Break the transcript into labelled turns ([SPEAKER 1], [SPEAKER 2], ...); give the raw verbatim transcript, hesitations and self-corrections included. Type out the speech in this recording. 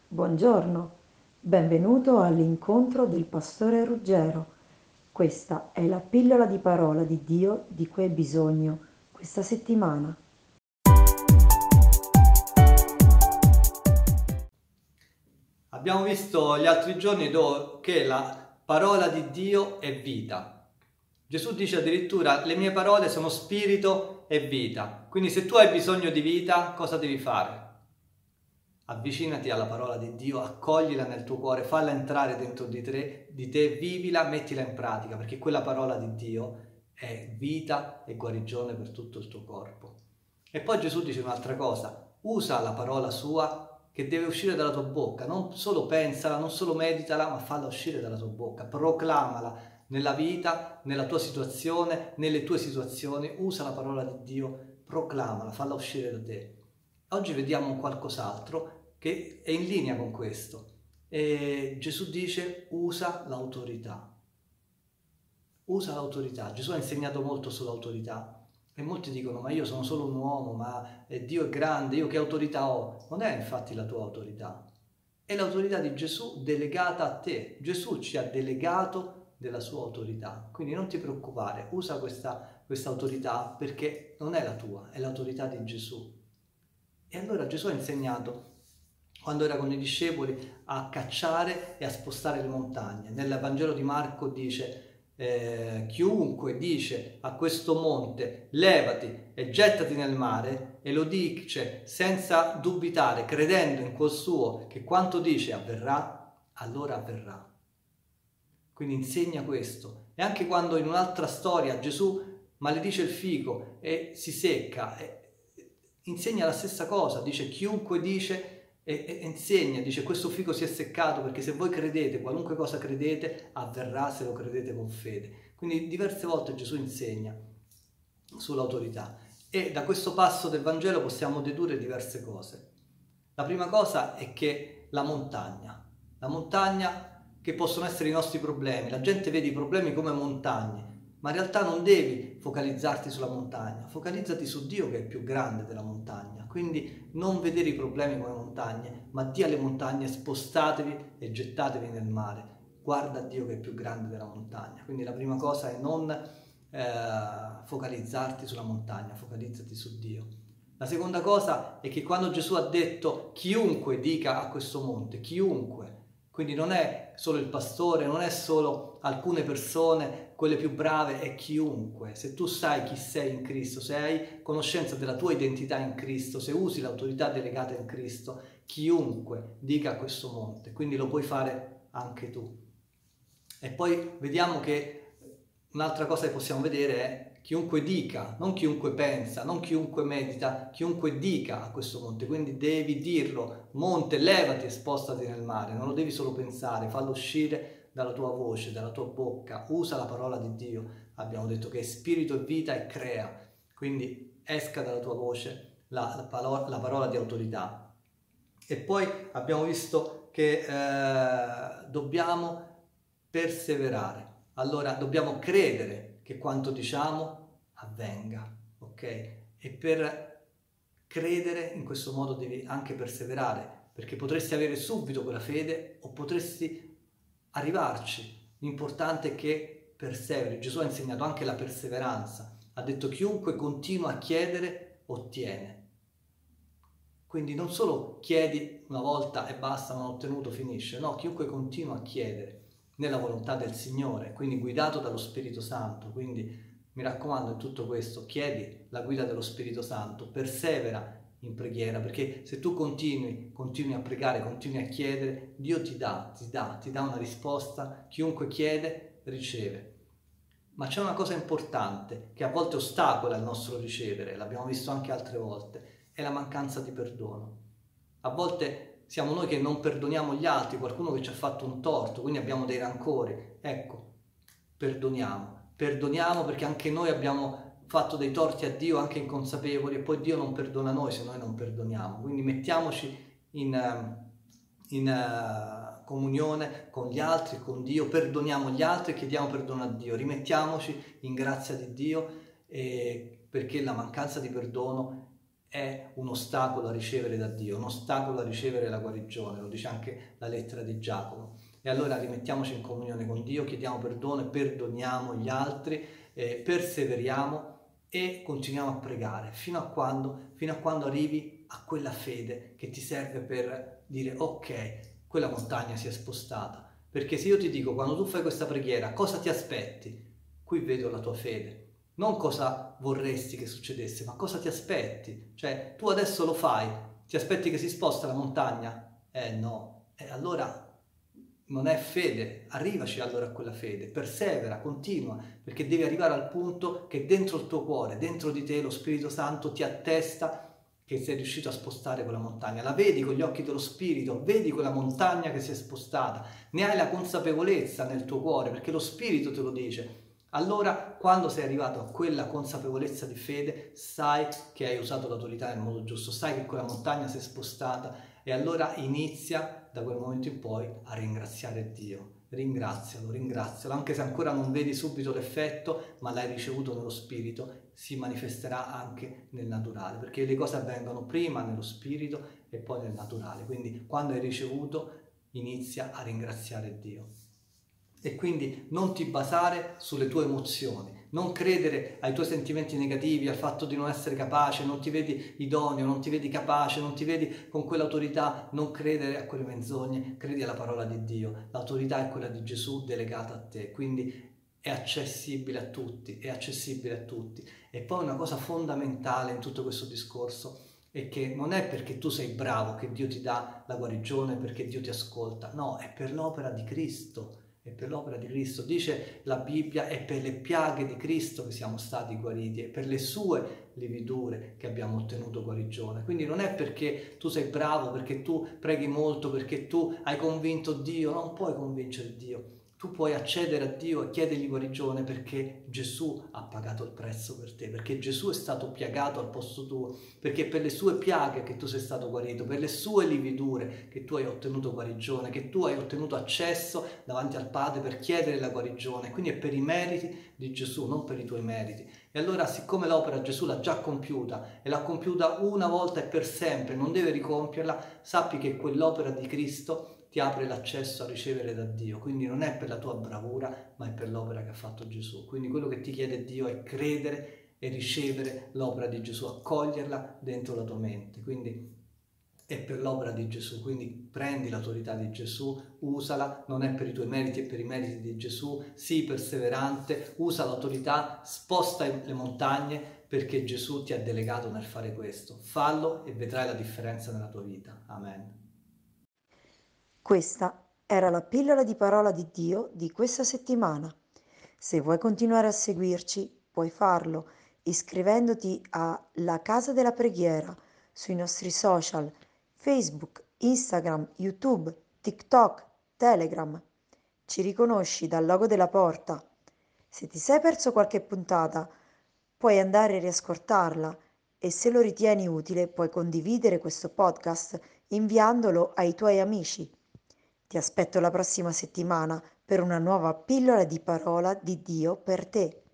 [SPEAKER 1] Buongiorno, benvenuto all'incontro del pastore Ruggero. Questa è la pillola di parola di Dio di cui hai bisogno questa settimana.
[SPEAKER 2] Abbiamo visto gli altri giorni do- che la parola di Dio è vita. Gesù dice addirittura: le mie parole sono spirito e vita. Quindi se tu hai bisogno di vita, cosa devi fare? Avvicinati alla parola di Dio, accoglila nel tuo cuore, falla entrare dentro di te, di te, vivila, mettila in pratica, perché quella parola di Dio è vita e guarigione per tutto il tuo corpo. E poi Gesù dice un'altra cosa: usa la parola sua che deve uscire dalla tua bocca, non solo pensala, non solo meditala, ma falla uscire dalla tua bocca, proclamala nella vita, nella tua situazione, nelle tue situazioni, usa la parola di Dio, proclamala, falla uscire da te. Oggi vediamo qualcos'altro che è in linea con questo. E Gesù dice: usa l'autorità. Usa l'autorità. Gesù ha insegnato molto sull'autorità. E molti dicono: ma io sono solo un uomo, ma Dio è grande, io che autorità ho? Non è infatti la tua autorità, è l'autorità di Gesù delegata a te. Gesù ci ha delegato della sua autorità, quindi non ti preoccupare, usa questa, questa autorità, perché non è la tua, è l'autorità di Gesù. E allora Gesù ha insegnato, quando era con i discepoli, a cacciare e a spostare le montagne. Nel Vangelo di Marco dice: Eh, chiunque dice a questo monte levati e gettati nel mare, e lo dice senza dubitare, credendo in quel suo che quanto dice avverrà, allora avverrà. Quindi insegna questo. E anche quando in un'altra storia Gesù maledice il fico e si secca, e insegna la stessa cosa, dice: chiunque dice e, e insegna, dice: questo fico si è seccato, perché se voi credete, qualunque cosa credete, avverrà se lo credete con fede. Quindi diverse volte Gesù insegna sull'autorità, e da questo passo del Vangelo possiamo dedurre diverse cose. La prima cosa è che la montagna, la montagna che possono essere i nostri problemi, la gente vede i problemi come montagne, ma in realtà non devi focalizzarti sulla montagna, focalizzati su Dio che è più grande della montagna. Quindi non vedere i problemi come montagne, ma di alle montagne: spostatevi e gettatevi nel mare. Guarda Dio che è più grande della montagna. Quindi la prima cosa è non eh, focalizzarti sulla montagna, focalizzati su Dio. La seconda cosa è che quando Gesù ha detto chiunque dica a questo monte, chiunque, quindi non è solo il pastore, non è solo alcune persone, quelle più brave, è chiunque. Se tu sai chi sei in Cristo, se hai conoscenza della tua identità in Cristo, se usi l'autorità delegata in Cristo, chiunque dica a questo monte, quindi lo puoi fare anche tu. E poi vediamo che un'altra cosa che possiamo vedere è chiunque dica, non chiunque pensa, non chiunque medita, chiunque dica a questo monte. Quindi devi dirlo: monte, levati e spostati nel mare. Non lo devi solo pensare, fallo uscire dalla tua voce, dalla tua bocca. Usa la parola di Dio. Abbiamo detto che è spirito e vita e crea. Quindi esca dalla tua voce la, la, parola, la parola di autorità. E poi abbiamo visto che eh, dobbiamo perseverare. Allora dobbiamo credere che quanto diciamo avvenga, ok? E per credere in questo modo devi anche perseverare, perché potresti avere subito quella fede o potresti arrivarci. L'importante è che perseveri. Gesù ha insegnato anche la perseveranza. Ha detto: chiunque continua a chiedere ottiene. Quindi non solo chiedi una volta e basta, non ho ottenuto, finisce. No, chiunque continua a chiedere nella volontà del Signore, quindi guidato dallo Spirito Santo. Quindi mi raccomando, in tutto questo chiedi la guida dello Spirito Santo, persevera in preghiera, perché se tu continui, continui a pregare, continui a chiedere, Dio ti dà, ti dà, ti dà una risposta. Chiunque chiede, riceve. Ma c'è una cosa importante che a volte ostacola il nostro ricevere, l'abbiamo visto anche altre volte, è la mancanza di perdono. A volte siamo noi che non perdoniamo gli altri, qualcuno che ci ha fatto un torto, quindi abbiamo dei rancori. Ecco, perdoniamo, perdoniamo perché anche noi abbiamo fatto dei torti a Dio, anche inconsapevoli, e poi Dio non perdona noi se noi non perdoniamo. Quindi mettiamoci in, in uh, comunione con gli altri, con Dio, perdoniamo gli altri e chiediamo perdono a Dio, rimettiamoci in grazia di Dio, eh, perché la mancanza di perdono è un ostacolo a ricevere da Dio, un ostacolo a ricevere la guarigione, lo dice anche la lettera di Giacomo. E allora rimettiamoci in comunione con Dio, chiediamo perdono e perdoniamo gli altri, eh, perseveriamo e continuiamo a pregare fino a quando, fino a quando arrivi a quella fede che ti serve per dire ok, quella montagna si è spostata. Perché se io ti dico, quando tu fai questa preghiera, cosa ti aspetti? Qui vedo la tua fede. Non cosa vorresti che succedesse, ma cosa ti aspetti. Cioè, tu adesso lo fai, ti aspetti che si sposta la montagna? Eh no, e allora non è fede, arrivaci allora a quella fede, persevera, continua, perché devi arrivare al punto che dentro il tuo cuore, dentro di te, lo Spirito Santo ti attesta che sei riuscito a spostare quella montagna. La vedi con gli occhi dello Spirito, vedi quella montagna che si è spostata, ne hai la consapevolezza nel tuo cuore, perché lo Spirito te lo dice. Allora, quando sei arrivato a quella consapevolezza di fede, sai che hai usato l'autorità nel modo giusto, sai che quella montagna si è spostata e allora inizia da quel momento in poi a ringraziare Dio. Ringrazialo, ringrazialo, anche se ancora non vedi subito l'effetto, ma l'hai ricevuto nello spirito, si manifesterà anche nel naturale, perché le cose avvengono prima nello spirito e poi nel naturale. Quindi quando hai ricevuto, inizia a ringraziare Dio. E quindi non ti basare sulle tue emozioni, non credere ai tuoi sentimenti negativi, al fatto di non essere capace, non ti vedi idoneo, non ti vedi capace, non ti vedi con quell'autorità, non credere a quelle menzogne, credi alla parola di Dio. L'autorità è quella di Gesù delegata a te, quindi è accessibile a tutti, è accessibile a tutti. E poi una cosa fondamentale in tutto questo discorso è che non è perché tu sei bravo che Dio ti dà la guarigione, perché Dio ti ascolta, no, è per l'opera di Cristo. E per l'opera di Cristo, dice la Bibbia, è per le piaghe di Cristo che siamo stati guariti, è per le sue lividure che abbiamo ottenuto guarigione. Quindi non è perché tu sei bravo, perché tu preghi molto, perché tu hai convinto Dio, non puoi convincere Dio. Tu puoi accedere a Dio e chiedergli guarigione perché Gesù ha pagato il prezzo per te, perché Gesù è stato piagato al posto tuo, perché per le sue piaghe che tu sei stato guarito, per le sue lividure che tu hai ottenuto guarigione, che tu hai ottenuto accesso davanti al Padre per chiedere la guarigione. Quindi è per i meriti di Gesù, non per i tuoi meriti. E allora, siccome l'opera Gesù l'ha già compiuta e l'ha compiuta una volta e per sempre, non deve ricompierla, sappi che quell'opera di Cristo ti apre l'accesso a ricevere da Dio, quindi non è per la tua bravura, ma è per l'opera che ha fatto Gesù. Quindi quello che ti chiede Dio è credere e ricevere l'opera di Gesù, accoglierla dentro la tua mente. Quindi è per l'opera di Gesù, quindi prendi l'autorità di Gesù, usala, non è per i tuoi meriti, è per i meriti di Gesù, sii perseverante, usa l'autorità, sposta le montagne perché Gesù ti ha delegato nel fare questo. Fallo e vedrai la differenza nella tua vita. Amen.
[SPEAKER 1] Questa era la pillola di parola di Dio di questa settimana. Se vuoi continuare a seguirci, puoi farlo iscrivendoti a La Casa della Preghiera sui nostri social Facebook, Instagram, YouTube, TikTok, Telegram. Ci riconosci dal logo della porta. Se ti sei perso qualche puntata, puoi andare a riascoltarla e se lo ritieni utile puoi condividere questo podcast inviandolo ai tuoi amici. Ti aspetto la prossima settimana per una nuova pillola di parola di Dio per te.